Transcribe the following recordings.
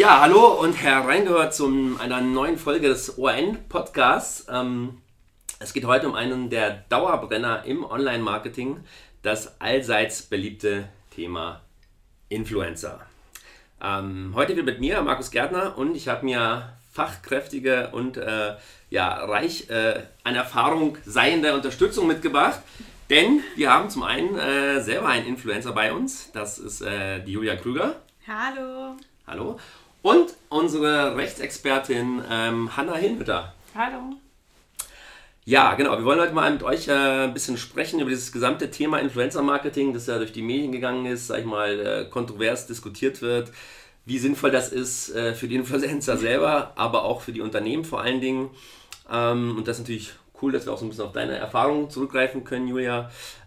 Ja, hallo und hereingehört zu einer neuen Folge des ORN-Podcasts. Es geht heute um einen der Dauerbrenner im Online-Marketing, das allseits beliebte Thema Influencer. Heute wieder mit mir, Markus Gärtner, und ich habe mir fachkräftige und reich an Erfahrung seiende Unterstützung mitgebracht. Denn wir haben zum einen selber einen Influencer bei uns, das ist die Julia Krüger. Hallo. Hallo. Und unsere Rechtsexpertin Hanna Hinwitter. Hallo. Ja, genau. Wir wollen heute mal mit euch ein bisschen sprechen über dieses gesamte Thema Influencer-Marketing, das ja durch die Medien gegangen ist, sag ich mal, kontrovers diskutiert wird, wie sinnvoll das ist für die Influencer selber, aber auch für die Unternehmen vor allen Dingen. Und das ist natürlich cool, dass wir auch so ein bisschen auf deine Erfahrungen zurückgreifen können, Julia.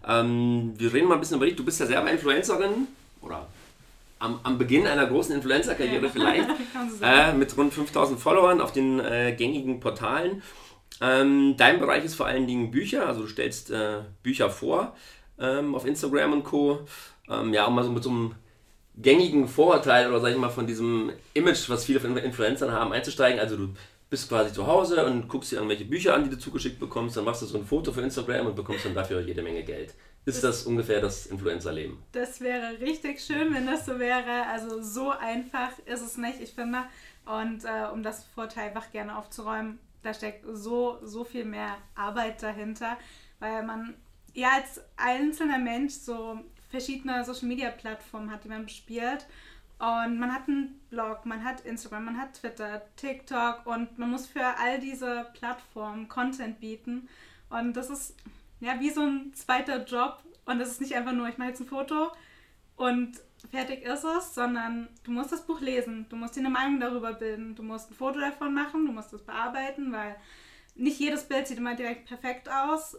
Wir reden mal ein bisschen über dich. Du bist ja selber Influencerin oder am Beginn einer großen Influencer-Karriere vielleicht, mit rund 5000 Followern auf den gängigen Portalen. Dein Bereich ist vor allen Dingen Bücher, also du stellst Bücher vor auf Instagram und Co. Um mal so mit so einem gängigen Vorurteil oder sag ich mal von diesem Image, was viele von Influencern haben, einzusteigen. Also du bist quasi zu Hause und guckst dir irgendwelche Bücher an, die du zugeschickt bekommst, dann machst du so ein Foto für Instagram und bekommst dann dafür jede Menge Geld. Ist das ungefähr das Influencer-Leben? Das wäre richtig schön, wenn das so wäre. Also so einfach ist es nicht, ich finde. Und um das Vorteil einfach gerne aufzuräumen, da steckt so viel mehr Arbeit dahinter, weil man ja als einzelner Mensch so verschiedene Social-Media-Plattformen hat, die man bespielt. Und man hat einen Blog, man hat Instagram, man hat Twitter, TikTok und man muss für all diese Plattformen Content bieten. Und das ist ja wie so ein zweiter Job. Und das ist nicht einfach nur, ich mache jetzt ein Foto und fertig ist es, sondern du musst das Buch lesen, du musst dir eine Meinung darüber bilden, du musst ein Foto davon machen, du musst es bearbeiten, weil nicht jedes Bild sieht immer direkt perfekt aus.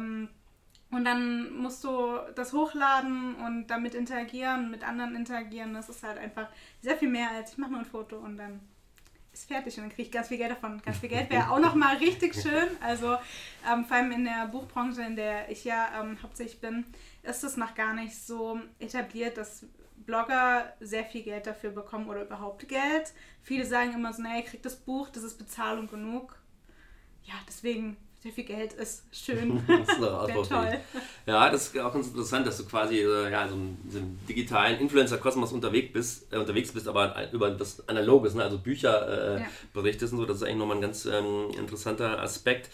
Und dann musst du das hochladen und damit interagieren, mit anderen interagieren. Das ist halt einfach sehr viel mehr als ich mache nur ein Foto und dann ist fertig und dann kriege ich ganz viel Geld davon. Ganz viel Geld wäre auch nochmal richtig schön. Also vor allem in der Buchbranche, in der ich ja hauptsächlich bin, ist es noch gar nicht so etabliert, dass Blogger sehr viel Geld dafür bekommen oder überhaupt Geld. Viele sagen immer so, naja, ihr kriegt das Buch, das ist Bezahlung genug. Ja, deswegen sehr viel Geld ist schön. Das ist doch auch toll. Ja, das ist auch ganz interessant, dass du quasi so in diesem digitalen Influencer-Kosmos unterwegs bist, aber über das Analoges, ne? Also Bücher berichtest und so. Das ist eigentlich nochmal ein ganz interessanter Aspekt.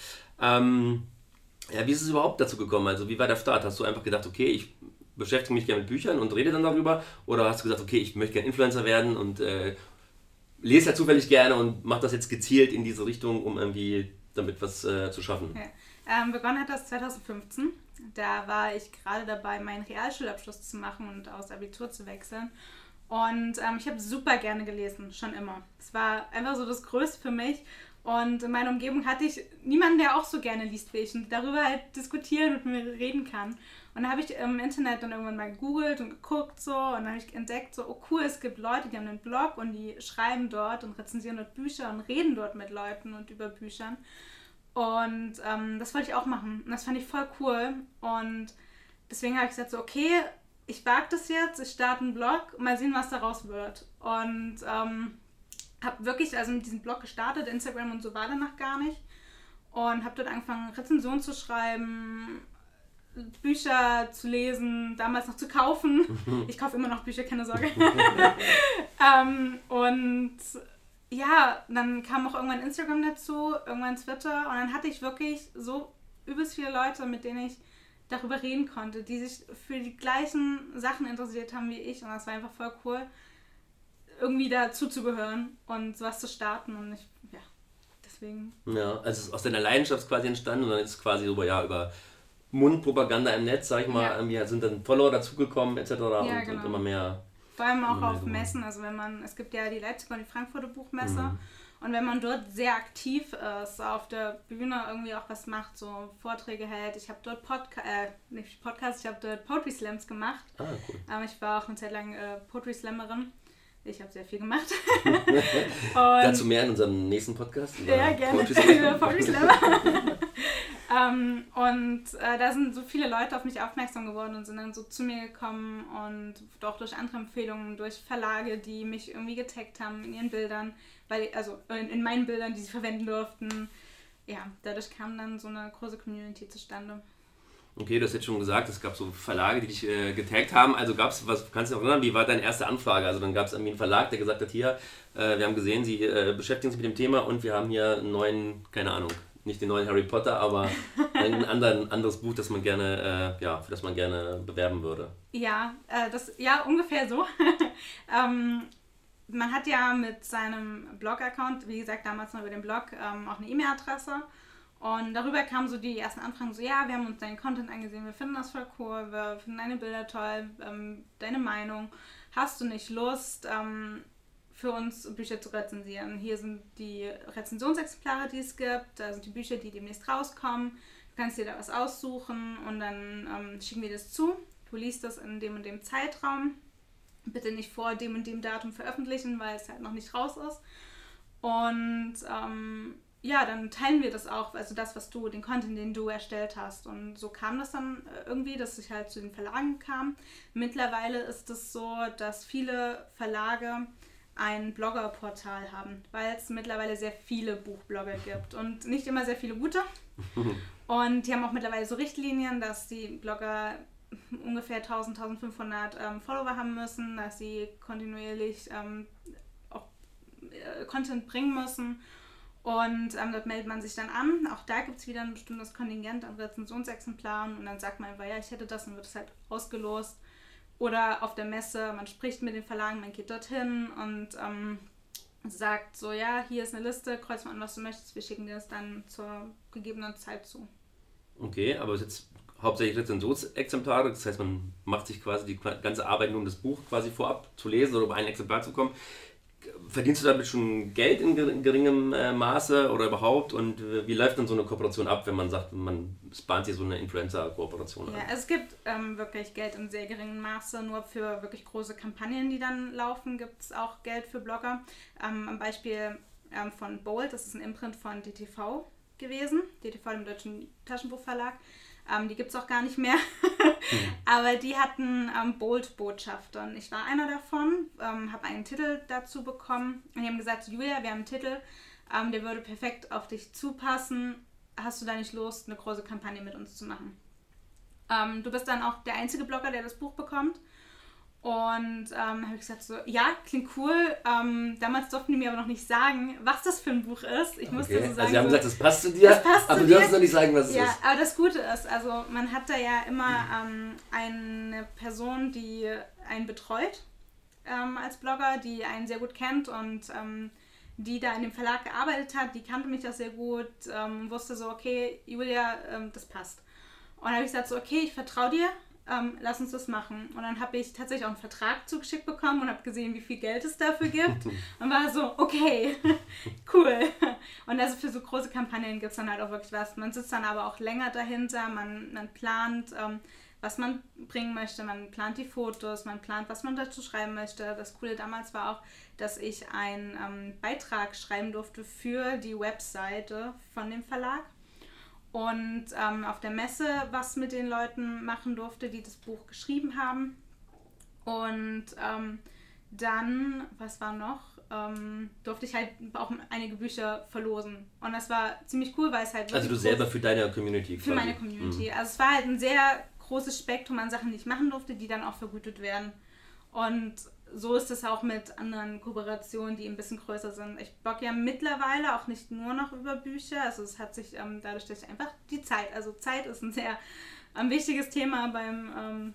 Wie ist es überhaupt dazu gekommen? Also wie war der Start? Hast du einfach gedacht, okay, ich beschäftige mich gerne mit Büchern und rede dann darüber? Oder hast du gesagt, okay, ich möchte gerne Influencer werden und lese ja zufällig gerne und mache das jetzt gezielt in diese Richtung, um irgendwie damit was zu schaffen? Ja. Begonnen hat das 2015. Da war ich gerade dabei, meinen Realschulabschluss zu machen und aus Abitur zu wechseln. Und ich habe super gerne gelesen, schon immer. Es war einfach so das Größte für mich. Und in meiner Umgebung hatte ich niemanden, der auch so gerne liest wie ich und darüber halt diskutieren und mit mir reden kann. Und da habe ich im Internet dann irgendwann mal gegoogelt und geguckt so und dann habe ich entdeckt, so, oh cool, es gibt Leute, die haben einen Blog und die schreiben dort und rezensieren dort Bücher und reden dort mit Leuten und über Büchern. Und das wollte ich auch machen und das fand ich voll cool. Und deswegen habe ich gesagt, so okay, ich wage das jetzt, ich starte einen Blog, mal sehen, was daraus wird. Und habe wirklich mit diesem Blog gestartet, Instagram und so war danach gar nicht. Und habe dort angefangen, Rezensionen zu schreiben, Bücher zu lesen, damals noch zu kaufen. Ich kaufe immer noch Bücher, keine Sorge. Und ja, dann kam auch irgendwann Instagram dazu, irgendwann Twitter. Und dann hatte ich wirklich so übelst viele Leute, mit denen ich darüber reden konnte, die sich für die gleichen Sachen interessiert haben wie ich. Und das war einfach voll cool, irgendwie dazu zu gehören und sowas zu starten. Und deswegen. Ja, also es ist aus deiner Leidenschaft quasi entstanden und dann ist es quasi über Mundpropaganda im Netz, sag ich mal, sind dann Follower dazugekommen etc. Und immer mehr. Vor allem auch auf Messen, also es gibt ja die Leipziger und die Frankfurter Buchmesse und wenn man dort sehr aktiv ist, auf der Bühne irgendwie auch was macht, so Vorträge hält, ich habe dort ich habe dort Poetry Slams gemacht. Ah, cool. Ich war auch eine Zeit lang Poetry Slammerin. Ich habe sehr viel gemacht. Dazu mehr in unserem nächsten Podcast. Ja, gerne. Poetry Slammer. Da sind so viele Leute auf mich aufmerksam geworden und sind dann so zu mir gekommen und auch durch andere Empfehlungen, durch Verlage, die mich irgendwie getaggt haben in ihren Bildern, also in meinen Bildern, die sie verwenden durften. Ja, dadurch kam dann so eine große Community zustande. Okay, du hast jetzt schon gesagt, es gab so Verlage, die dich getaggt haben. Also kannst du dich noch erinnern, wie war deine erste Anfrage? Also dann gab es irgendwie einen Verlag, der gesagt hat, hier, wir haben gesehen, Sie beschäftigen sich mit dem Thema und wir haben hier einen neuen, keine Ahnung, nicht den neuen Harry Potter, aber ein anderes Buch, das man gerne, für das man gerne bewerben würde. Ja, ungefähr so. Man hat ja mit seinem Blog-Account, wie gesagt, damals noch über den Blog, auch eine E-Mail-Adresse. Und darüber kamen so die ersten Anfragen, so ja, wir haben uns deinen Content angesehen, wir finden das voll cool, wir finden deine Bilder toll, deine Meinung. Hast du nicht Lust, für uns Bücher zu rezensieren? Hier sind die Rezensionsexemplare, die es gibt, da sind die Bücher, die demnächst rauskommen. Du kannst dir da was aussuchen und dann schicken wir das zu. Du liest das in dem und dem Zeitraum. Bitte nicht vor dem und dem Datum veröffentlichen, weil es halt noch nicht raus ist. Und dann teilen wir das auch, also das, was du, den Content, den du erstellt hast. Und so kam das dann irgendwie, dass ich halt zu den Verlagen kam. Mittlerweile ist es so, dass viele Verlage ein Bloggerportal haben, weil es mittlerweile sehr viele Buchblogger gibt und nicht immer sehr viele gute. Und die haben auch mittlerweile so Richtlinien, dass die Blogger ungefähr 1500 Follower haben müssen, dass sie kontinuierlich auch Content bringen müssen. Und dort meldet man sich dann an. Auch da gibt es wieder ein bestimmtes Kontingent an Rezensionsexemplaren und dann sagt man einfach, ja, ich hätte das, und wird es halt ausgelost. Oder auf der Messe, man spricht mit den Verlagen, man geht dorthin und sagt so, ja, hier ist eine Liste, kreuz mal an, was du möchtest, wir schicken dir das dann zur gegebenen Zeit zu. Okay, aber es ist jetzt hauptsächlich Rezensionsexemplare, das heißt, man macht sich quasi die ganze Arbeit nur, um das Buch quasi vorab zu lesen oder über ein Exemplar zu kommen. Verdienst du damit schon Geld in geringem Maße oder überhaupt? Und wie läuft dann so eine Kooperation ab, wenn man sagt, man bahnt sich so eine Influencer-Kooperation an? Ja, es gibt wirklich Geld in sehr geringem Maße. Nur für wirklich große Kampagnen, die dann laufen, gibt es auch Geld für Blogger. Am Beispiel von Bold, das ist ein Imprint von DTV gewesen. DTV, dem Deutschen Taschenbuchverlag. Die gibt es auch gar nicht mehr. Aber die hatten Bold-Botschafter. Und ich war einer davon, habe einen Titel dazu bekommen. Und die haben gesagt, Julia, wir haben einen Titel, der würde perfekt auf dich zupassen. Hast du da nicht Lust, eine große Kampagne mit uns zu machen? Du bist dann auch der einzige Blogger, der das Buch bekommt. Und habe ich gesagt so, ja, klingt cool. Damals durften die mir aber noch nicht sagen, was das für ein Buch ist. Ich musste so sagen, also sie haben gesagt, das passt zu dir, aber du darfst noch nicht sagen, was es ist. Ja, aber das Gute ist, also man hat da ja immer eine Person, die einen betreut als Blogger, die einen sehr gut kennt und die da in dem Verlag gearbeitet hat, die kannte mich das sehr gut, wusste so, okay, Julia, das passt. Und dann habe ich gesagt so, okay, ich vertraue dir. Lass uns das machen. Und dann habe ich tatsächlich auch einen Vertrag zugeschickt bekommen und habe gesehen, wie viel Geld es dafür gibt. Und war so, okay, cool. Und also für so große Kampagnen gibt es dann halt auch wirklich was. Man sitzt dann aber auch länger dahinter, man plant, was man bringen möchte, man plant die Fotos, man plant, was man dazu schreiben möchte. Das Coole damals war auch, dass ich einen Beitrag schreiben durfte für die Webseite von dem Verlag. Und auf der Messe was mit den Leuten machen durfte, die das Buch geschrieben haben. Und dann, was war noch, durfte ich halt auch einige Bücher verlosen. Und das war ziemlich cool, weil es halt... Also du selber für deine Community quasi. Für meine Community. Also es war halt ein sehr großes Spektrum an Sachen, die ich machen durfte, die dann auch vergütet werden. Und so ist es auch mit anderen Kooperationen, die ein bisschen größer sind. Ich blogge ja mittlerweile auch nicht nur noch über Bücher, also es hat sich dadurch, dass ich einfach die Zeit, also Zeit ist ein sehr wichtiges Thema beim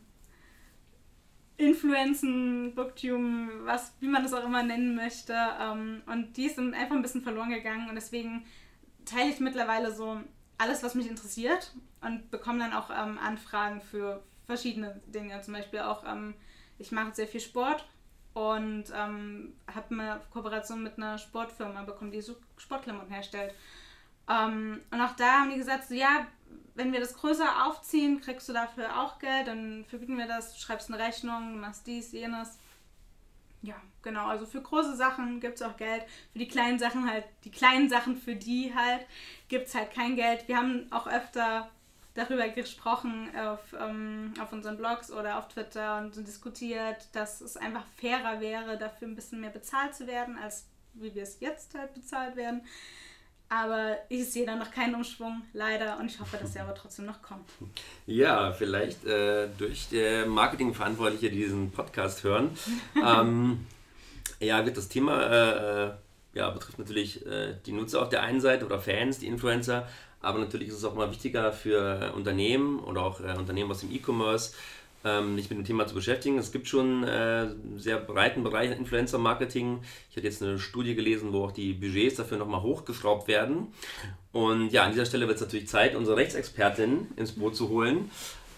Influencen, Booktube, wie man das auch immer nennen möchte. Und die sind einfach ein bisschen verloren gegangen und deswegen teile ich mittlerweile so alles, was mich interessiert und bekomme dann auch Anfragen für verschiedene Dinge. Zum Beispiel auch, ich mache sehr viel Sport. Und habe eine Kooperation mit einer Sportfirma bekommen, die so Sportklamotten herstellt. Und auch da haben die gesagt, so, ja, wenn wir das größer aufziehen, kriegst du dafür auch Geld, dann vergüten wir das, du schreibst eine Rechnung, du machst dies, jenes. Ja, genau. Also für große Sachen gibt es auch Geld. Für die kleinen Sachen halt, die kleinen Sachen für die halt, gibt es halt kein Geld. Wir haben auch öfter darüber gesprochen auf unseren Blogs oder auf Twitter und so diskutiert, dass es einfach fairer wäre, dafür ein bisschen mehr bezahlt zu werden, als wie wir es jetzt halt bezahlt werden. Aber ich sehe da noch keinen Umschwung, leider. Und ich hoffe, dass er aber trotzdem noch kommt. Ja, vielleicht durch Marketingverantwortliche, die diesen Podcast hören. Ja, wird das Thema betrifft natürlich die Nutzer auf der einen Seite oder Fans, die Influencer. Aber natürlich ist es auch mal wichtiger für Unternehmen oder auch Unternehmen aus dem E-Commerce, mich mit dem Thema zu beschäftigen. Es gibt schon einen sehr breiten Bereich Influencer-Marketing. Ich hatte jetzt eine Studie gelesen, wo auch die Budgets dafür nochmal hochgeschraubt werden. Und ja, an dieser Stelle wird es natürlich Zeit, unsere Rechtsexpertin ins Boot zu holen.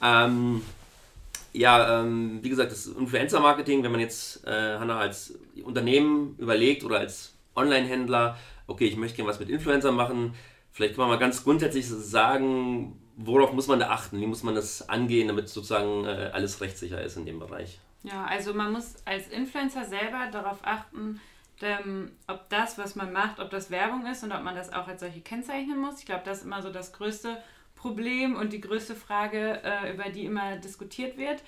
Wie gesagt, das Influencer-Marketing, wenn man jetzt, Hanna, als Unternehmen überlegt oder als Online-Händler, okay, ich möchte gerne was mit Influencer machen, vielleicht kann man mal ganz grundsätzlich sagen, worauf muss man da achten? Wie muss man das angehen, damit sozusagen alles rechtssicher ist in dem Bereich? Ja, also man muss als Influencer selber darauf achten, ob das, was man macht, ob das Werbung ist und ob man das auch als solche kennzeichnen muss. Ich glaube, das ist immer so das größte Problem und die größte Frage, über die immer diskutiert wird.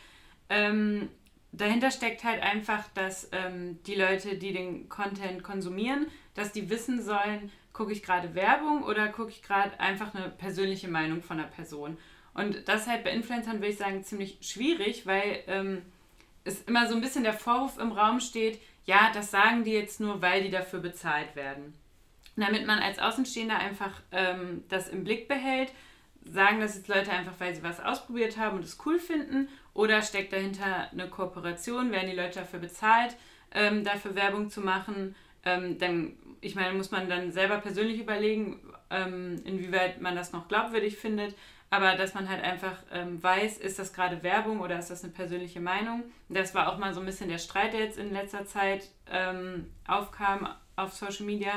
Dahinter steckt halt einfach, dass die Leute, die den Content konsumieren, dass die wissen sollen, gucke ich gerade Werbung oder gucke ich gerade einfach eine persönliche Meinung von einer Person. Und das ist halt bei Influencern, würde ich sagen, ziemlich schwierig, weil es immer so ein bisschen der Vorwurf im Raum steht, ja, das sagen die jetzt nur, weil die dafür bezahlt werden. Und damit man als Außenstehender einfach das im Blick behält, sagen das jetzt Leute einfach, weil sie was ausprobiert haben und es cool finden, oder steckt dahinter eine Kooperation, werden die Leute dafür bezahlt, dafür Werbung zu machen, dann, ich meine, muss man dann selber persönlich überlegen, inwieweit man das noch glaubwürdig findet, aber dass man halt einfach weiß, ist das gerade Werbung oder ist das eine persönliche Meinung. Das war auch mal so ein bisschen der Streit, der jetzt in letzter Zeit aufkam auf Social Media,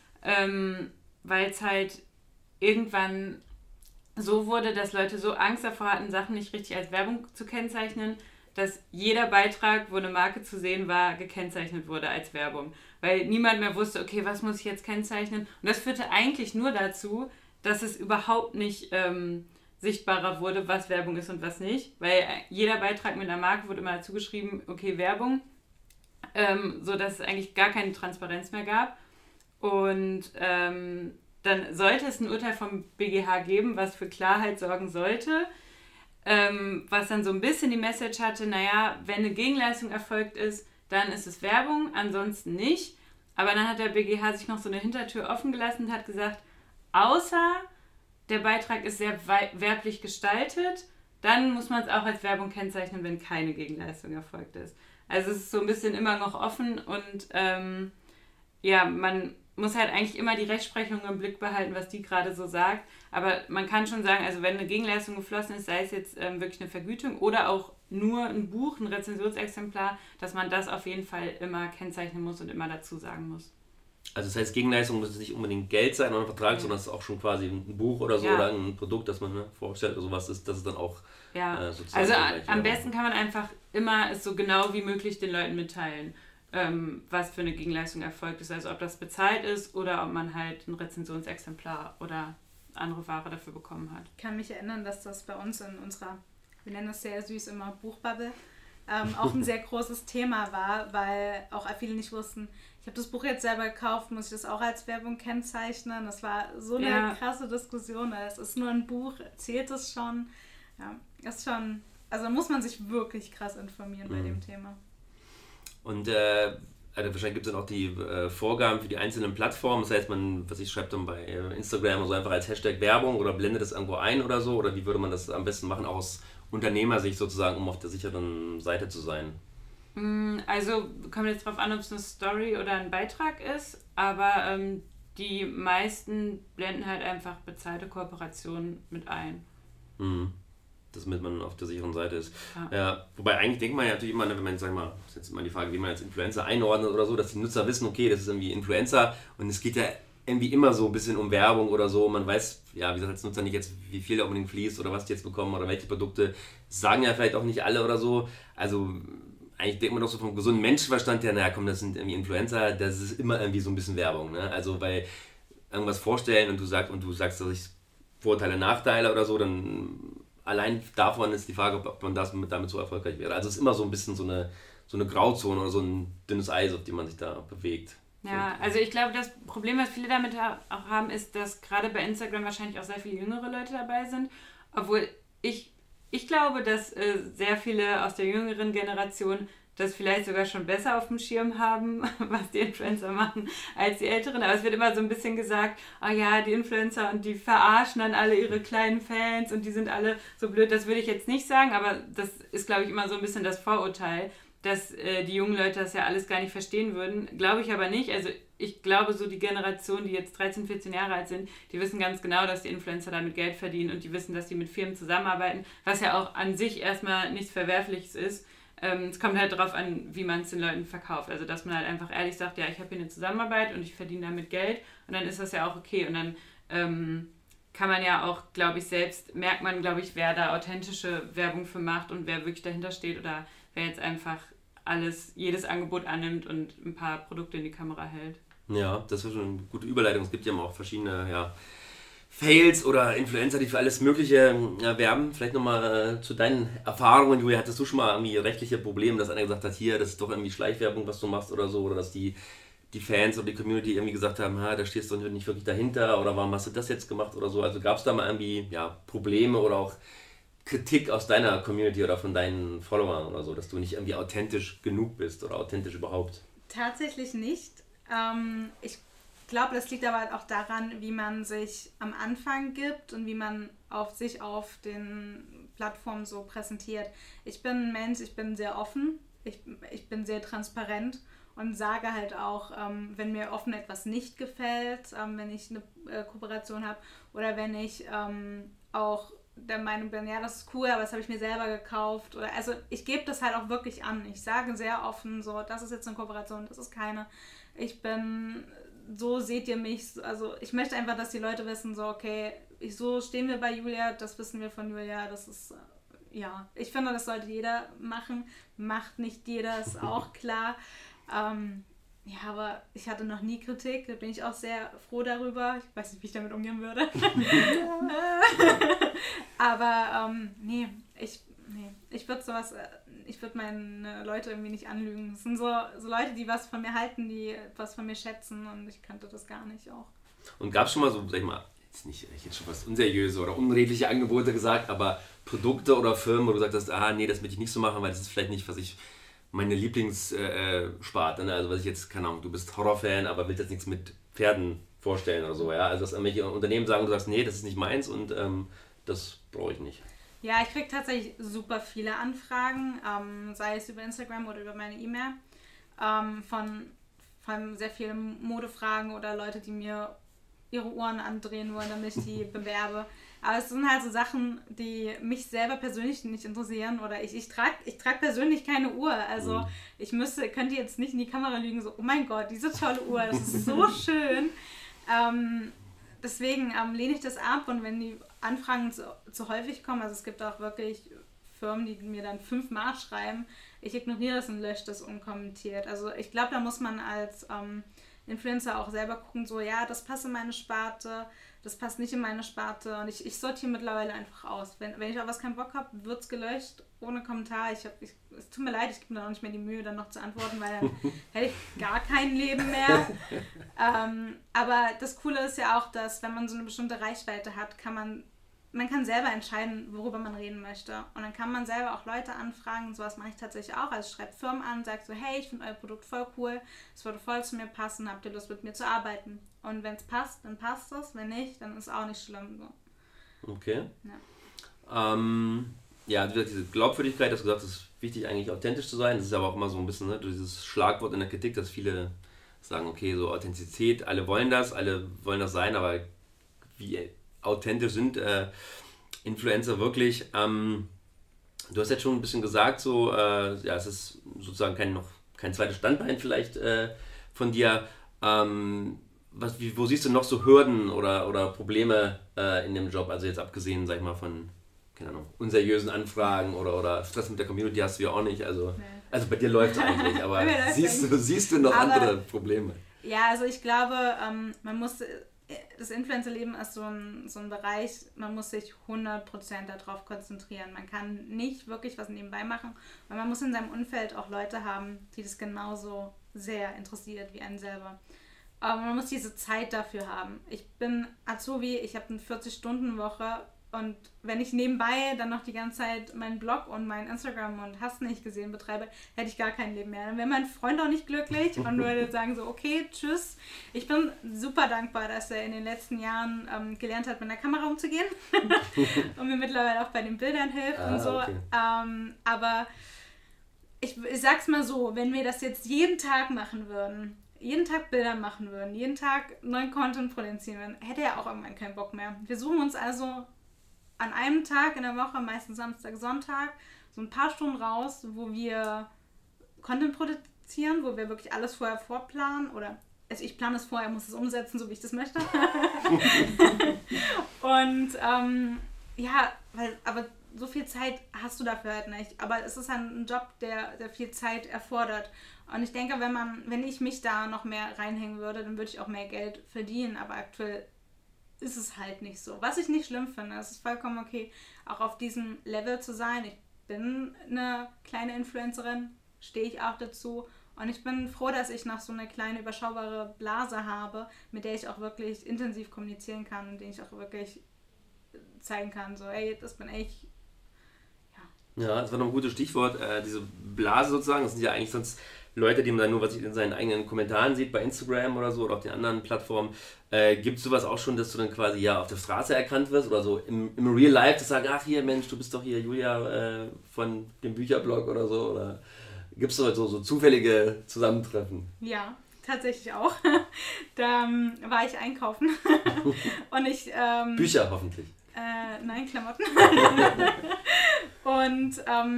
weil es halt irgendwann so wurde, dass Leute so Angst davor hatten, Sachen nicht richtig als Werbung zu kennzeichnen, dass jeder Beitrag, wo eine Marke zu sehen war, gekennzeichnet wurde als Werbung. Weil niemand mehr wusste, okay, was muss ich jetzt kennzeichnen? Und das führte eigentlich nur dazu, dass es überhaupt nicht sichtbarer wurde, was Werbung ist und was nicht. Weil jeder Beitrag mit einer Marke wurde immer dazu geschrieben, okay, Werbung, so dass es eigentlich gar keine Transparenz mehr gab. Und dann sollte es ein Urteil vom BGH geben, was für Klarheit sorgen sollte, was dann so ein bisschen die Message hatte, naja, wenn eine Gegenleistung erfolgt ist, dann ist es Werbung, ansonsten nicht. Aber dann hat der BGH sich noch so eine Hintertür offen gelassen und hat gesagt, außer der Beitrag ist sehr werblich gestaltet, dann muss man es auch als Werbung kennzeichnen, wenn keine Gegenleistung erfolgt ist. Also es ist so ein bisschen immer noch offen und man muss halt eigentlich immer die Rechtsprechung im Blick behalten, was die gerade so sagt. Aber man kann schon sagen, also wenn eine Gegenleistung geflossen ist, sei es jetzt wirklich eine Vergütung oder auch nur ein Buch, ein Rezensionsexemplar, dass man das auf jeden Fall immer kennzeichnen muss und immer dazu sagen muss. Also das heißt, Gegenleistung muss nicht unbedingt Geld sein oder ein Vertrag, sondern es ist auch schon quasi ein Buch oder so oder ein Produkt, das man vorstellt oder sowas ist, das ist dann auch sozusagen... Also am besten kann man einfach immer es so genau wie möglich den Leuten mitteilen, was für eine Gegenleistung erfolgt ist. Also ob das bezahlt ist oder ob man halt ein Rezensionsexemplar oder andere Ware dafür bekommen hat. Ich kann mich erinnern, dass das bei uns in unserer, wir nennen das sehr süß immer Buchbubble, auch ein sehr großes Thema war, weil auch viele nicht wussten, ich habe das Buch jetzt selber gekauft, muss ich das auch als Werbung kennzeichnen? Das war so eine krasse Diskussion. Es ist nur ein Buch, zählt es schon? Ja, ist schon, also muss man sich wirklich krass informieren bei dem Thema. Und wahrscheinlich gibt es dann auch die Vorgaben für die einzelnen Plattformen. Das heißt, man, schreibt dann bei Instagram oder so einfach als Hashtag Werbung oder blendet das irgendwo ein oder so. Oder wie würde man das am besten machen, auch aus Unternehmersicht sozusagen, um auf der sicheren Seite zu sein? Also kommt jetzt drauf an, ob es eine Story oder ein Beitrag ist. Aber die meisten blenden halt einfach bezahlte Kooperationen mit ein. Damit man auf der sicheren Seite ist. Ja, wobei eigentlich denkt man ja natürlich immer, wenn man, sag mal, das ist jetzt immer die Frage, wie man als Influencer einordnet oder so, dass die Nutzer wissen, okay, das ist irgendwie Influencer und es geht ja irgendwie immer so ein bisschen um Werbung oder so. Man weiß, ja, wie gesagt, als Nutzer nicht jetzt, wie viel da unbedingt fließt oder was die jetzt bekommen oder welche Produkte. Das sagen ja vielleicht auch nicht alle oder so. Also eigentlich denkt man doch so vom gesunden Menschenverstand her, naja komm, das sind irgendwie Influencer, das ist immer irgendwie so ein bisschen Werbung, ne? Also weil irgendwas vorstellen und du sagst, dass ich Vorteile, Nachteile oder so, dann allein davon ist die Frage, ob man damit so erfolgreich wäre. Also es ist immer so ein bisschen so eine Grauzone oder so ein dünnes Eis, auf dem man sich da bewegt. Ja, also ich glaube, das Problem, was viele damit auch haben, ist, dass gerade bei Instagram wahrscheinlich auch sehr viele jüngere Leute dabei sind. Obwohl ich glaube, dass sehr viele aus der jüngeren Generation das vielleicht sogar schon besser auf dem Schirm haben, was die Influencer machen, als die Älteren. Aber es wird immer so ein bisschen gesagt, oh ja, die Influencer und die verarschen dann alle ihre kleinen Fans und die sind alle so blöd. Das würde ich jetzt nicht sagen, aber das ist, glaube ich, immer so ein bisschen das Vorurteil, dass die jungen Leute das ja alles gar nicht verstehen würden. Glaube ich aber nicht. Also ich glaube, so die Generation, die jetzt 13, 14 Jahre alt sind, die wissen ganz genau, dass die Influencer damit Geld verdienen und die wissen, dass die mit Firmen zusammenarbeiten, was ja auch an sich erstmal nichts Verwerfliches ist. Es kommt halt darauf an, wie man es den Leuten verkauft. Also dass man halt einfach ehrlich sagt, ja, ich habe hier eine Zusammenarbeit und ich verdiene damit Geld und dann ist das ja auch okay. Und dann kann man ja auch, glaube ich, selbst, merkt man, glaube ich, wer da authentische Werbung für macht und wer wirklich dahinter steht oder wer jetzt einfach jedes Angebot annimmt und ein paar Produkte in die Kamera hält. Ja, das ist schon eine gute Überleitung. Es gibt ja auch verschiedene Fails oder Influencer, die für alles Mögliche werben. Vielleicht nochmal zu deinen Erfahrungen, Julia. Hattest du schon mal irgendwie rechtliche Probleme, dass einer gesagt hat, hier, das ist doch irgendwie Schleichwerbung, was du machst oder so, oder dass die Fans oder die Community irgendwie gesagt haben, da stehst du nicht wirklich dahinter oder warum hast du das jetzt gemacht oder so. Also gab es da mal irgendwie Probleme oder auch Kritik aus deiner Community oder von deinen Followern oder so, dass du nicht irgendwie authentisch genug bist oder authentisch überhaupt? Tatsächlich nicht. Ich glaube, das liegt aber halt auch daran, wie man sich am Anfang gibt und wie man sich auf den Plattformen so präsentiert. Ich bin ein Mensch, ich bin sehr offen, ich bin sehr transparent und sage halt auch, wenn mir offen etwas nicht gefällt, wenn ich eine Kooperation habe oder wenn ich auch der Meinung bin, ja, das ist cool, aber das habe ich mir selber gekauft. Also ich gebe das halt auch wirklich an. Ich sage sehr offen, so, das ist jetzt eine Kooperation, das ist keine. So seht ihr mich. Also ich möchte einfach, dass die Leute wissen, so, okay, so stehen wir bei Julia, das wissen wir von Julia, das ist, ich finde, das sollte jeder machen. Macht nicht jeder, ist auch klar. Aber ich hatte noch nie Kritik, da bin ich auch sehr froh darüber. Ich weiß nicht, wie ich damit umgehen würde. Aber ich würde meine Leute irgendwie nicht anlügen. Es sind so Leute, die was von mir halten, die was von mir schätzen und ich könnte das gar nicht auch. Und gab es schon mal so, sag ich mal, jetzt schon was unseriöse oder unredliche Angebote gesagt, aber Produkte oder Firmen, wo du sagst, das möchte ich nicht so machen, weil das ist vielleicht nicht, was ich meine Lieblingssparte, ne? Also was ich jetzt, keine Ahnung, du bist Horrorfan, aber willst jetzt nichts mit Pferden vorstellen oder so, ja? Also dass irgendwelche Unternehmen sagen, du sagst, nee, das ist nicht meins und das brauche ich nicht. Ja, ich kriege tatsächlich super viele Anfragen, sei es über Instagram oder über meine E-Mail, von sehr vielen Modefragen oder Leute, die mir ihre Ohren andrehen wollen, damit ich die bewerbe. Aber es sind halt so Sachen, die mich selber persönlich nicht interessieren oder ich trag persönlich keine Uhr. Also ich könnte jetzt nicht in die Kamera lügen, so, oh mein Gott, diese tolle Uhr, das ist so schön. Deswegen lehne ich das ab und wenn die Anfragen zu häufig kommen, also es gibt auch wirklich Firmen, die mir dann 5-mal schreiben, ich ignoriere das und lösche das unkommentiert. Also ich glaube, da muss man als Influencer auch selber gucken, so ja, das passt in meine Sparte, das passt nicht in meine Sparte und ich sortiere mittlerweile einfach aus. Wenn ich auf was keinen Bock habe, wird es gelöscht, ohne Kommentar. Es tut mir leid, ich gebe mir auch nicht mehr die Mühe, dann noch zu antworten, weil dann hätte ich gar kein Leben mehr. Aber das Coole ist ja auch, dass wenn man so eine bestimmte Reichweite hat, man kann selber entscheiden, worüber man reden möchte. Und dann kann man selber auch Leute anfragen. Sowas mache ich tatsächlich auch. Also ich schreibe Firmen an, sage so, hey, ich finde euer Produkt voll cool. Es würde voll zu mir passen. Habt ihr Lust, mit mir zu arbeiten? Und wenn es passt, dann passt es. Wenn nicht, dann ist es auch nicht schlimm. So. Okay. Ja. Diese Glaubwürdigkeit, dass du gesagt hast, es ist wichtig, eigentlich authentisch zu sein. Das ist aber auch immer so ein bisschen dieses Schlagwort in der Kritik, dass viele sagen, okay, so Authentizität, alle wollen das sein, aber wie authentisch sind Influencer wirklich. Du hast jetzt schon ein bisschen gesagt, so, es ist sozusagen kein zweites Standbein vielleicht von dir. Wo siehst du noch so Hürden oder Probleme in dem Job? Also jetzt abgesehen, sag ich mal, von keine Ahnung, unseriösen Anfragen oder Stress mit der Community hast du ja auch nicht. Also bei dir läuft es eigentlich, aber siehst du noch andere Probleme? Ja, also ich glaube, man muss, das Influencer-Leben ist so ein Bereich, man muss sich 100% darauf konzentrieren. Man kann nicht wirklich was nebenbei machen, weil man muss in seinem Umfeld auch Leute haben, die das genauso sehr interessiert wie einen selber. Aber man muss diese Zeit dafür haben. Ich bin Azubi, ich habe eine 40-Stunden-Woche und wenn ich nebenbei dann noch die ganze Zeit meinen Blog und mein Instagram und hast nicht gesehen betreibe, hätte ich gar kein Leben mehr. Dann wäre mein Freund auch nicht glücklich und würde sagen so, okay, tschüss. Ich bin super dankbar, dass er in den letzten Jahren gelernt hat, mit der Kamera umzugehen und mir mittlerweile auch bei den Bildern hilft und so. Okay. Aber ich sag's mal so, wenn wir das jetzt jeden Tag machen würden, jeden Tag Bilder machen würden, jeden Tag neuen Content produzieren würden, hätte er auch irgendwann keinen Bock mehr. Wir suchen uns also an einem Tag in der Woche, meistens Samstag, Sonntag, so ein paar Stunden raus, wo wir Content produzieren, wo wir wirklich alles vorher vorplanen oder also ich plane es vorher, muss es umsetzen, so wie ich das möchte. Und aber so viel Zeit hast du dafür halt nicht. Aber es ist halt ein Job, der viel Zeit erfordert. Und ich denke, wenn ich mich da noch mehr reinhängen würde, dann würde ich auch mehr Geld verdienen. Aber aktuell ist es halt nicht so. Was ich nicht schlimm finde, es ist vollkommen okay, auch auf diesem Level zu sein. Ich bin eine kleine Influencerin, stehe ich auch dazu. Und ich bin froh, dass ich noch so eine kleine überschaubare Blase habe, mit der ich auch wirklich intensiv kommunizieren kann und den ich auch wirklich zeigen kann. So, ey, das bin ich. Ja, das war noch ein gutes Stichwort. Diese Blase sozusagen, das sind ja eigentlich sonst Leute, die man dann nur, was ich in seinen eigenen Kommentaren sieht, bei Instagram oder so oder auf den anderen Plattformen. Gibt es sowas auch schon, dass du dann quasi auf der Straße erkannt wirst oder so im Real Life, dass sagen, ach hier Mensch, du bist doch hier Julia von dem Bücherblog oder so, oder gibt es so zufällige Zusammentreffen? Ja, tatsächlich auch. Da war ich einkaufen und ich... Bücher hoffentlich. Nein, Klamotten. Und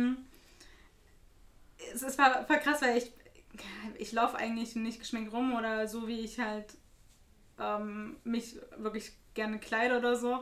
es war krass, weil ich laufe eigentlich nicht geschminkt rum oder so, wie ich halt mich wirklich gerne kleide oder so.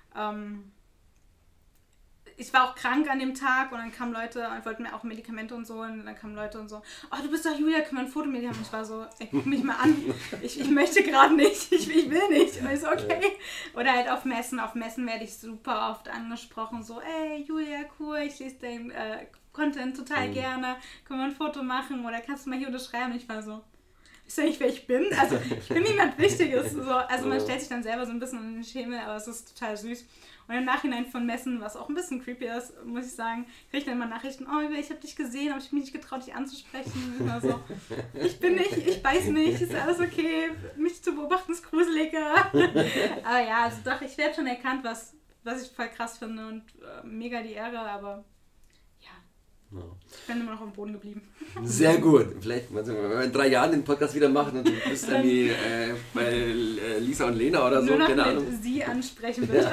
Ich war auch krank an dem Tag und dann kamen Leute und wollten mir auch Medikamente und so und dann kamen Leute und so, oh, du bist doch Julia, können wir ein Foto mit dir haben? Und ich war so, ey, guck mich mal an, ich möchte gerade nicht, ich will nicht. Und ich so, okay. Oder halt auf Messen werde ich super oft angesprochen, so, ey, Julia, cool, ich lese deinen Content total gerne, können wir ein Foto machen oder kannst du mal hier unterschreiben? Und ich war so, ich weiß nicht, wer ich bin, also ich bin niemand Wichtiges. So. Also man stellt sich dann selber so ein bisschen in den Schemel, aber es ist total süß. Und im Nachhinein von Messen, was auch ein bisschen creepy ist, muss ich sagen, kriege ich dann immer Nachrichten, oh, ich habe dich gesehen, aber ich habe mich nicht getraut, dich anzusprechen. Und immer so, ich bin nicht, ich weiß nicht, ist alles okay, mich zu beobachten ist gruseliger. Aber ja, also doch, ich werde schon erkannt, was ich voll krass finde und mega die Ehre, aber ja, ich bin immer noch am Boden geblieben. Sehr gut. Vielleicht, wenn wir in 3 Jahren den Podcast wieder machen und du bist dann wie bei Lisa und Lena oder so, nur noch keine mit Ahnung. Sie ansprechen, bitte.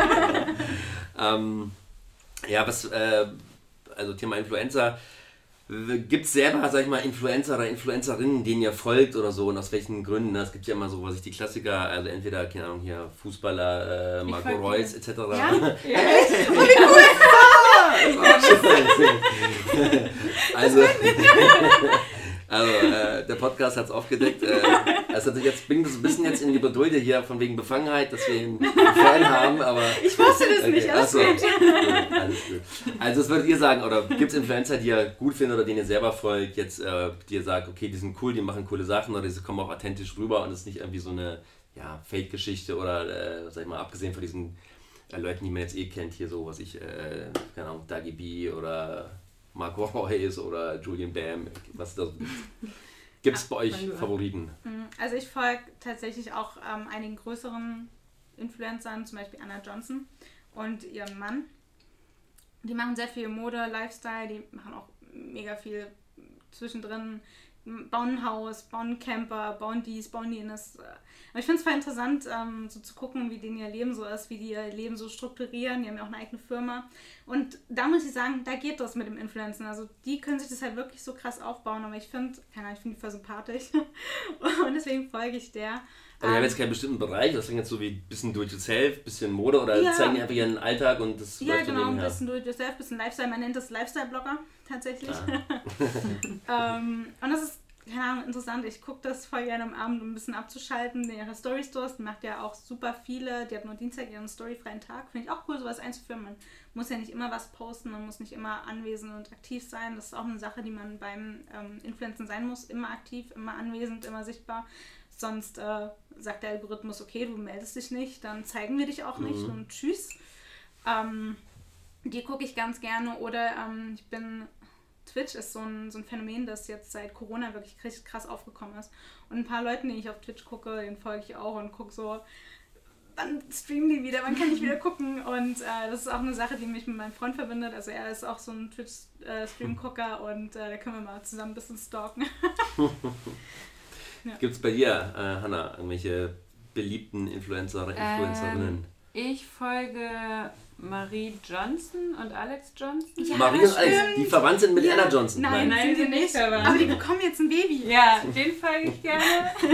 Also Thema Influencer. Gibt es selber, sag ich mal, Influencer oder Influencerinnen, denen ihr folgt oder so und aus welchen Gründen? Es gibt ja immer so, was ich die Klassiker, also entweder, keine Ahnung, hier Fußballer, Marco Reus etc. Ja? Ja. Oh, wie cool! Also der Podcast hat es aufgedeckt. Also jetzt bringt es ein bisschen jetzt in die Bredouille hier von wegen Befangenheit, dass wir einen Fan haben, aber... Ich wusste das nicht, alles gut. Alles gut. Also das würdet ihr sagen, oder gibt es Influencer, die ihr gut findet oder denen ihr selber folgt, jetzt die ihr sagt, okay, die sind cool, die machen coole Sachen oder die kommen auch authentisch rüber und es ist nicht irgendwie so eine Fake-Geschichte oder, sag ich mal, abgesehen von diesen Leuten, die man jetzt kennt, hier so, was ich, keine Ahnung, Dagi B oder Marco Reus oder Julian Bam, was da so gibt. Gibt es bei euch Favoriten? Also ich folge tatsächlich auch einigen größeren Influencern, zum Beispiel Anna Johnson und ihren Mann. Die machen sehr viel Mode, Lifestyle, die machen auch mega viel zwischendrin, bauen ein Haus, bauen einen Camper, bauen dies, bauen jenes. Aber ich finde es voll interessant, so zu gucken, wie denen ihr Leben so ist, wie die ihr Leben so strukturieren. Die haben ja auch eine eigene Firma. Und da muss ich sagen, da geht das mit dem Influencen. Also die können sich das halt wirklich so krass aufbauen. Aber ich finde die voll sympathisch. Und deswegen folge ich der. Aber die haben jetzt keinen bestimmten Bereich, das klingt jetzt so wie ein bisschen do-it-yourself, bisschen Mode oder zeigen die einfach ihren Alltag und das ja, läuft genau, ein nebenher. bisschen do-it-yourself, ein bisschen Lifestyle, man nennt das Lifestyle-Blogger tatsächlich. Und das ist, keine Ahnung, interessant, ich gucke das voll gerne am Abend, um ein bisschen abzuschalten, ihre Story-Stores, die macht ja auch super viele, die hat nur Dienstag ihren storyfreien Tag, finde ich auch cool, sowas einzuführen, man muss ja nicht immer was posten, man muss nicht immer anwesend und aktiv sein, das ist auch eine Sache, die man beim Influencen sein muss, immer aktiv, immer anwesend, immer sichtbar. Sonst sagt der Algorithmus, okay, du meldest dich nicht, dann zeigen wir dich auch nicht und tschüss. Die gucke ich ganz gerne. Oder Twitch ist so ein Phänomen, das jetzt seit Corona wirklich richtig krass aufgekommen ist. Und ein paar Leuten, die ich auf Twitch gucke, denen folge ich auch und gucke so, wann streamen die wieder, wann kann ich wieder gucken? Und das ist auch eine Sache, die mich mit meinem Freund verbindet. Also er ist auch so ein Twitch-Stream-Gucker und da können wir mal zusammen ein bisschen stalken. Ja. Gibt es bei dir, Hannah, irgendwelche beliebten Influencerinnen? Ich folge Marie Johnson und Alex Johnson. Ja, Marie und Alex, die verwandt sind mit Anna Johnson. Nein, sind sie nicht. Aber die bekommen jetzt ein Baby. Ja, den folge ich gerne.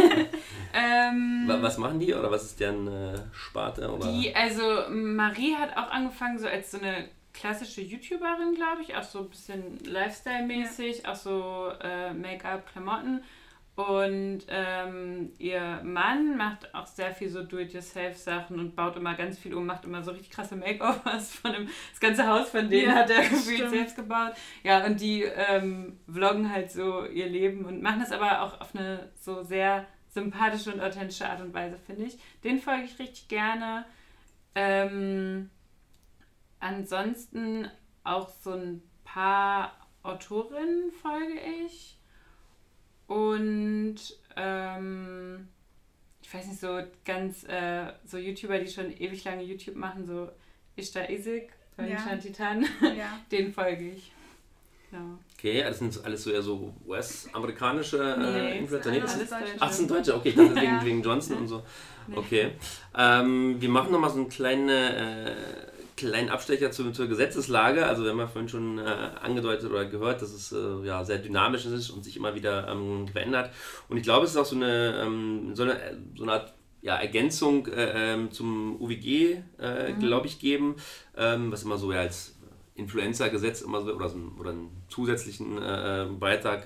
Was machen die oder was ist deren Sparte? Oder? Also Marie hat auch angefangen so als so eine klassische YouTuberin, glaube ich, auch so ein bisschen Lifestyle-mäßig, auch so Make-up, Klamotten. Und ihr Mann macht auch sehr viel so Do-it-yourself-Sachen und baut immer ganz viel um, macht immer so richtig krasse Makeovers das ganze Haus von denen hat er gefühlt selbst gebaut. Ja, und die vloggen halt so ihr Leben und machen das aber auch auf eine so sehr sympathische und authentische Art und Weise, finde ich. Den folge ich richtig gerne. Ansonsten auch so ein paar Autorinnen folge ich. Und ich weiß nicht, so ganz so YouTuber, die schon ewig lange YouTube machen, so Ishtar Isik von Shantitan, den folge ich. Ja. Okay, das sind alles so eher so US-amerikanische Influencer. Nee, alles Deutsche. Ach, das sind Deutsche, okay, ich dachte wegen Johnson und so. Nee. Okay. Wir machen nochmal so einen kleinen Abstecher zur Gesetzeslage. Also wir haben ja vorhin schon angedeutet oder gehört, dass es sehr dynamisch ist und sich immer wieder verändert. Und ich glaube, es ist auch so eine Art Ergänzung zum UWG, glaube ich, geben, was immer so als Influencer-Gesetz immer so oder einen zusätzlichen Beitrag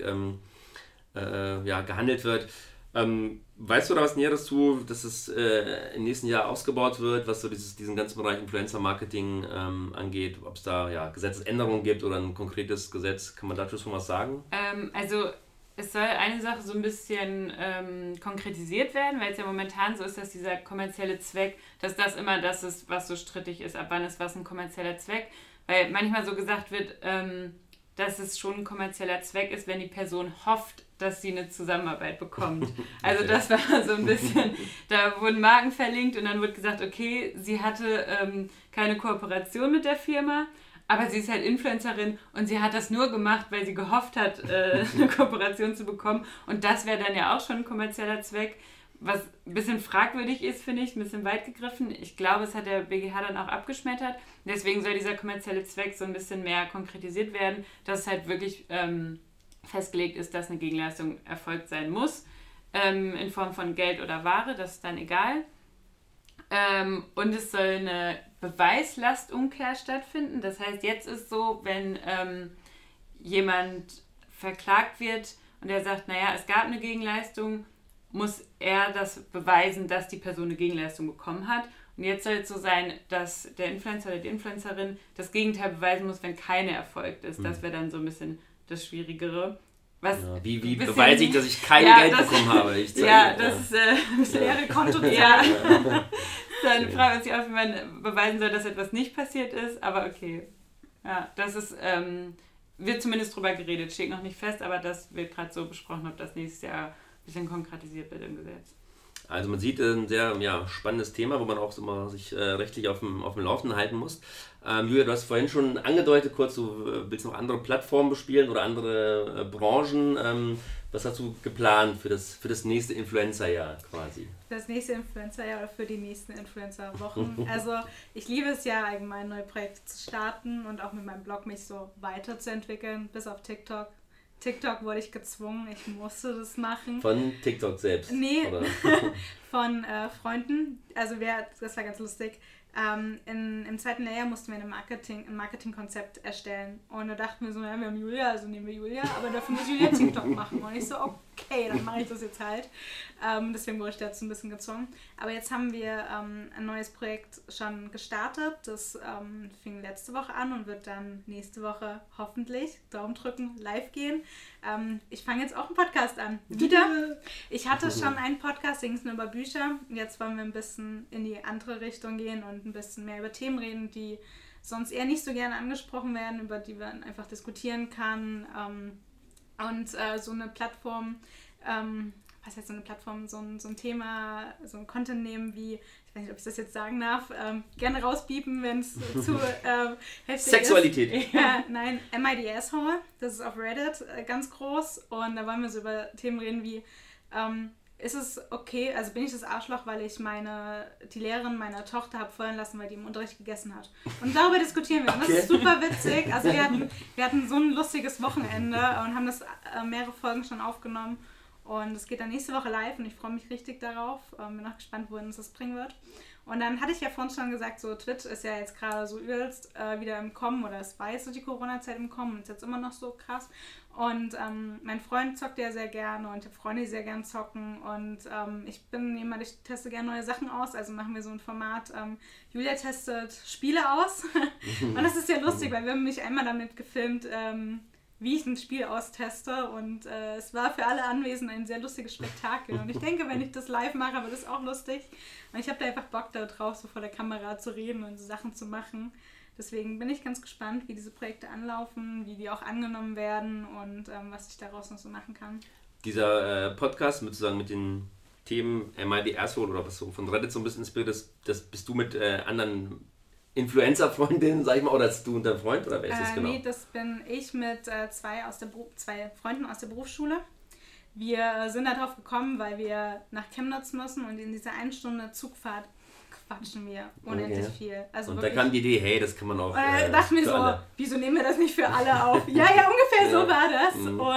gehandelt wird. Weißt du da was Näheres zu, dass es im nächsten Jahr ausgebaut wird, was so diesen ganzen Bereich Influencer-Marketing angeht? Ob es da Gesetzesänderungen gibt oder ein konkretes Gesetz? Kann man dazu schon was sagen? Also es soll eine Sache so ein bisschen konkretisiert werden, weil es ja momentan so ist, dass dieser kommerzielle Zweck, dass das immer das ist, was so strittig ist. Ab wann ist was ein kommerzieller Zweck? Weil manchmal so gesagt wird, dass es schon ein kommerzieller Zweck ist, wenn die Person hofft, dass sie eine Zusammenarbeit bekommt. Also das war so ein bisschen, da wurden Marken verlinkt und dann wurde gesagt, okay, sie hatte keine Kooperation mit der Firma, aber sie ist halt Influencerin und sie hat das nur gemacht, weil sie gehofft hat, eine Kooperation zu bekommen und das wäre dann ja auch schon ein kommerzieller Zweck. Was ein bisschen fragwürdig ist, finde ich, ein bisschen weit gegriffen. Ich glaube, es hat der BGH dann auch abgeschmettert. Deswegen soll dieser kommerzielle Zweck so ein bisschen mehr konkretisiert werden, dass es halt wirklich festgelegt ist, dass eine Gegenleistung erfolgt sein muss, in Form von Geld oder Ware, das ist dann egal. Und es soll eine Beweislastumkehr stattfinden. Das heißt, jetzt ist so, wenn jemand verklagt wird und er sagt, naja, es gab eine Gegenleistung, muss er das beweisen, dass die Person eine Gegenleistung bekommen hat. Und jetzt soll es so sein, dass der Influencer oder die Influencerin das Gegenteil beweisen muss, wenn keine erfolgt ist. Das wäre dann so ein bisschen das Schwierigere. Wie beweise ich, dass ich kein Geld bekommen habe? Das ist leere Konto. Ja. Dann fragt man sich auch, wie man beweisen soll, dass etwas nicht passiert ist. Aber okay. Ja, das ist, wird zumindest drüber geredet. Steht noch nicht fest, aber das wird gerade so besprochen, ob das nächstes Jahr bisschen konkretisiert wird im Gesetz. Also man sieht ein sehr spannendes Thema, wo man auch immer sich rechtlich auf dem Laufenden halten muss. Julia, du hast vorhin schon angedeutet, kurz, du willst noch andere Plattformen bespielen oder andere Branchen. Was hast du geplant für das nächste Influencer-Jahr quasi? Das nächste Influencer-Jahr oder für die nächsten Influencer-Wochen. Also ich liebe es ja allgemein, neue Projekte zu starten und auch mit meinem Blog mich so weiterzuentwickeln, bis auf TikTok. TikTok wurde ich gezwungen, ich musste das machen. Von TikTok selbst? Nee, oder? von Freunden. Also das war ganz lustig. Im zweiten Layer mussten wir ein Marketingkonzept erstellen. Und da dachten wir so, ja, wir haben Julia, also nehmen wir Julia, aber dafür muss Julia TikTok machen. Und ich so, okay, dann mache ich das jetzt halt. Deswegen wurde ich dazu ein bisschen gezwungen. Aber jetzt haben wir ein neues Projekt schon gestartet. Das fing letzte Woche an und wird dann nächste Woche hoffentlich, Daumen drücken, live gehen. Ich fange jetzt auch einen Podcast an. Wieder. Ich hatte schon einen Podcast, ging es nur über Bücher. Jetzt wollen wir ein bisschen in die andere Richtung gehen und ein bisschen mehr über Themen reden, die sonst eher nicht so gerne angesprochen werden, über die man einfach diskutieren kann. Und so eine Plattform, was heißt so eine Plattform, so ein Thema, so ein Content nehmen wie, ich weiß nicht, ob ich das jetzt sagen darf, gerne rauspiepen, wenn es zu heftig Sexualität. ist. Ja, nein, Am I the Asshole? Das ist auf Reddit ganz groß und da wollen wir so über Themen reden wie, ist es okay, also bin ich das Arschloch, weil ich die Lehrerin meiner Tochter habe feuern lassen, weil die im Unterricht gegessen hat. Und darüber diskutieren wir. Und das ist super witzig. Also wir hatten so ein lustiges Wochenende und haben das mehrere Folgen schon aufgenommen. Und es geht dann nächste Woche live und ich freue mich richtig darauf. Bin auch gespannt, wohin uns das bringen wird. Und dann hatte ich ja vorhin schon gesagt, so Twitch ist ja jetzt gerade so übelst wieder im Kommen oder es war jetzt so die Corona-Zeit im Kommen und ist jetzt immer noch so krass. Und mein Freund zockt ja sehr gerne und ich habe Freunde, die sehr gerne zocken und ich bin jemand, ich teste gerne neue Sachen aus, also machen wir so ein Format, Julia testet Spiele aus und das ist ja lustig, weil wir haben mich einmal damit gefilmt, wie ich ein Spiel austeste und es war für alle Anwesenden ein sehr lustiges Spektakel und ich denke, wenn ich das live mache, wird es auch lustig und ich habe da einfach Bock darauf, so vor der Kamera zu reden und so Sachen zu machen. Deswegen bin ich ganz gespannt, wie diese Projekte anlaufen, wie die auch angenommen werden und was ich daraus noch so machen kann. Dieser Podcast mit den Themen Am I the Asshole oder was so von Reddit so ein bisschen inspiriert ist, das bist du mit anderen Influencer-Freundinnen, sag ich mal, oder hast du und dein Freund oder wer ist das genau? Nee, das bin ich mit zwei Freunden aus der Berufsschule. Wir sind darauf gekommen, weil wir nach Chemnitz müssen und in dieser 1 Stunde Zugfahrt quatschen wir unendlich viel. Also und wirklich, da kam die Idee, hey, das kann man auch dachten wir so, alle. Wieso nehmen wir das nicht für alle auf? Ja, ungefähr so war das.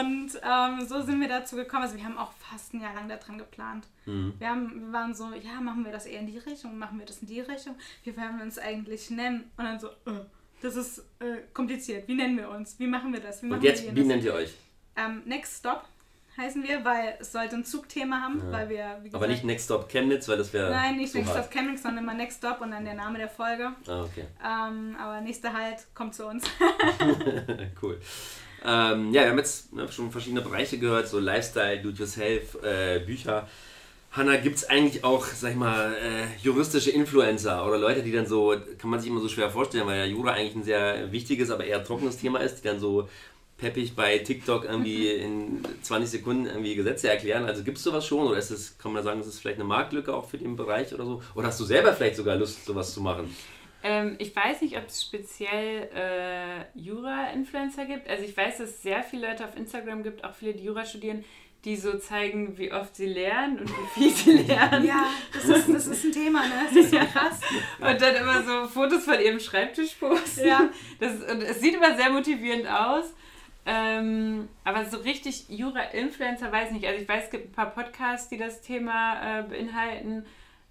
Und so sind wir dazu gekommen. Also wir haben auch fast ein Jahr lang daran geplant. Wir waren so, ja, machen wir das eher in die Richtung, machen wir das in die Richtung? Wie wollen wir uns eigentlich nennen? Und dann so, das ist kompliziert. Wie nennen wir uns? Wie machen wir das? Und jetzt, wie nennt ihr euch? Next Stop heißen wir, weil es sollte ein Zugthema haben, weil wir, wie gesagt, aber nicht Next Stop Chemnitz, weil das wäre nein, nicht Next Stop Chemnitz, sondern immer Next Stop und dann der Name der Folge. Ah, okay. Aber nächster Halt kommt zu uns. Cool. Ja, wir haben jetzt schon verschiedene Bereiche gehört, so Lifestyle, Do-it-yourself, Bücher. Hanna, gibt es eigentlich auch, sag ich mal, juristische Influencer oder Leute, die dann so, kann man sich immer so schwer vorstellen, weil ja Jura eigentlich ein sehr wichtiges, aber eher trockenes Thema ist, die dann so peppig bei TikTok irgendwie in 20 Sekunden irgendwie Gesetze erklären. Also gibt es sowas schon oder ist es, kann man sagen, ist es vielleicht eine Marktlücke auch für den Bereich oder so? Oder hast du selber vielleicht sogar Lust, sowas zu machen? Ich weiß nicht, ob es speziell Jura-Influencer gibt. Also ich weiß, dass es sehr viele Leute auf Instagram gibt, auch viele, die Jura studieren, die so zeigen, wie oft sie lernen und wie viel sie lernen. Ja, das ist ein Thema, ne? Das ist ja krass. Und dann immer so Fotos von ihrem Schreibtisch posten. Ja. Und es sieht immer sehr motivierend aus. Aber so richtig Jura-Influencer weiß ich nicht. Also ich weiß, es gibt ein paar Podcasts, die das Thema beinhalten.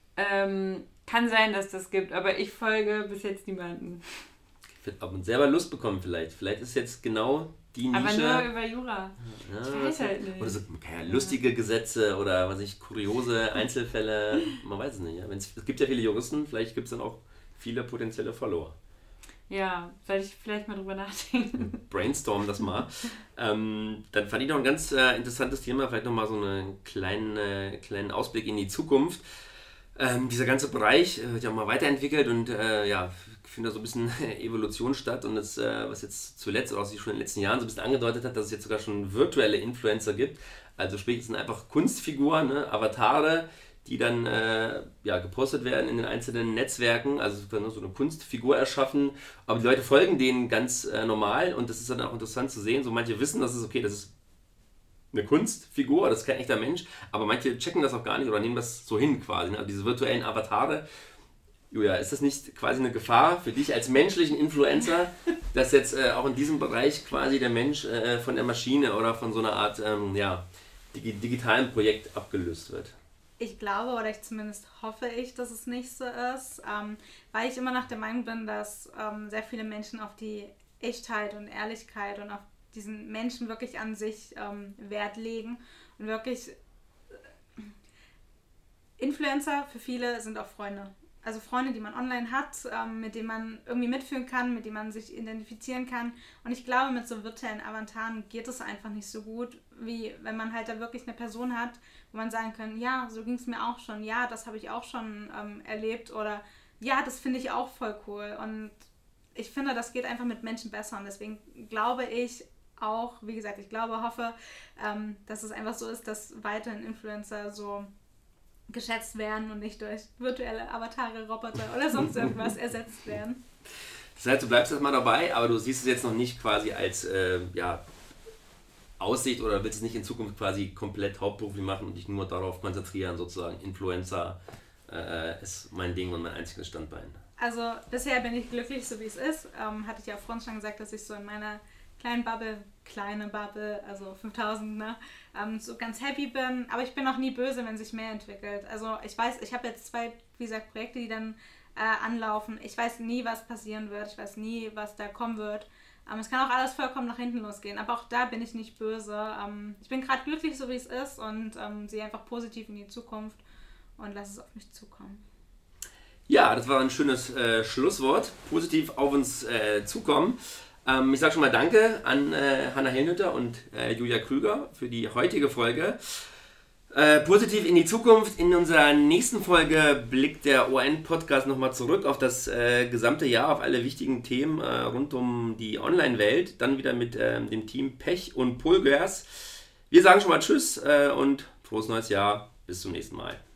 Kann sein, dass das gibt, aber ich folge bis jetzt niemanden. Ich würde aber selber Lust bekommen vielleicht. Vielleicht ist jetzt genau die Nische. Aber nur über Jura. Ja, ich weiß halt nicht. Oder so lustige Gesetze oder was weiß ich, kuriose Einzelfälle. Man weiß es nicht. Ja. Es gibt ja viele Juristen, vielleicht gibt es dann auch viele potenzielle Follower. Ja, sollte ich vielleicht mal drüber nachdenken. Brainstorm das mal. Dann fand ich noch ein ganz interessantes Thema, vielleicht nochmal so einen kleinen Ausblick in die Zukunft. Dieser ganze Bereich wird ja auch mal weiterentwickelt und findet so ein bisschen Evolution statt und das, was jetzt zuletzt oder auch sich schon in den letzten Jahren so ein bisschen angedeutet hat, dass es jetzt sogar schon virtuelle Influencer gibt. Also sprich, es sind einfach Kunstfiguren, ne, Avatare, die dann gepostet werden in den einzelnen Netzwerken, also so eine Kunstfigur erschaffen, aber die Leute folgen denen ganz normal und das ist dann auch interessant zu sehen, so manche wissen, dass es okay, das ist eine Kunstfigur, das ist kein echter Mensch, aber manche checken das auch gar nicht oder nehmen das so hin quasi, ne? Also diese virtuellen Avatare Julia, ist das nicht quasi eine Gefahr für dich als menschlichen Influencer, dass jetzt auch in diesem Bereich quasi der Mensch von der Maschine oder von so einer Art digitalen Projekt abgelöst wird? Ich glaube, oder ich zumindest hoffe ich, dass es nicht so ist, weil ich immer noch der Meinung bin, dass sehr viele Menschen auf die Echtheit und Ehrlichkeit und auf diesen Menschen wirklich an sich Wert legen und wirklich Influencer für viele sind auch Freunde. Also Freunde, die man online hat, mit denen man irgendwie mitfühlen kann, mit denen man sich identifizieren kann. Und ich glaube, mit so virtuellen Avataren geht es einfach nicht so gut, wie wenn man halt da wirklich eine Person hat, wo man sagen kann, ja, so ging es mir auch schon, ja, das habe ich auch schon erlebt oder ja, das finde ich auch voll cool. Und ich finde, das geht einfach mit Menschen besser. Und deswegen glaube ich auch, wie gesagt, ich hoffe, dass es einfach so ist, dass weiterhin Influencer so geschätzt werden und nicht durch virtuelle Avatare, Roboter oder sonst irgendwas ersetzt werden. Das heißt, du bleibst erstmal dabei, aber du siehst es jetzt noch nicht quasi als Aussicht oder willst es nicht in Zukunft quasi komplett hauptberuflich machen und dich nur darauf konzentrieren, sozusagen Influencer ist mein Ding und mein einziges Standbein. Also bisher bin ich glücklich, so wie es ist. Hatte ich ja auch vorhin schon gesagt, dass ich so in meiner kleine Bubble, also 5000, ne, so ganz happy bin, aber ich bin auch nie böse, wenn sich mehr entwickelt. Also ich weiß, ich habe jetzt 2, wie gesagt, Projekte, die dann anlaufen. Ich weiß nie, was passieren wird, ich weiß nie, was da kommen wird. Es kann auch alles vollkommen nach hinten losgehen, aber auch da bin ich nicht böse. Ich bin gerade glücklich, so wie es ist und sehe einfach positiv in die Zukunft und lasse es auf mich zukommen. Ja, das war ein schönes Schlusswort. Positiv auf uns zukommen. Ich sage schon mal Danke an Hanna Hellnütter und Julia Krüger für die heutige Folge. Positiv in die Zukunft. In unserer nächsten Folge blickt der ON-Podcast nochmal zurück auf das gesamte Jahr, auf alle wichtigen Themen rund um die Online-Welt. Dann wieder mit dem Team Pech und Pulgers. Wir sagen schon mal Tschüss und frohes neues Jahr. Bis zum nächsten Mal.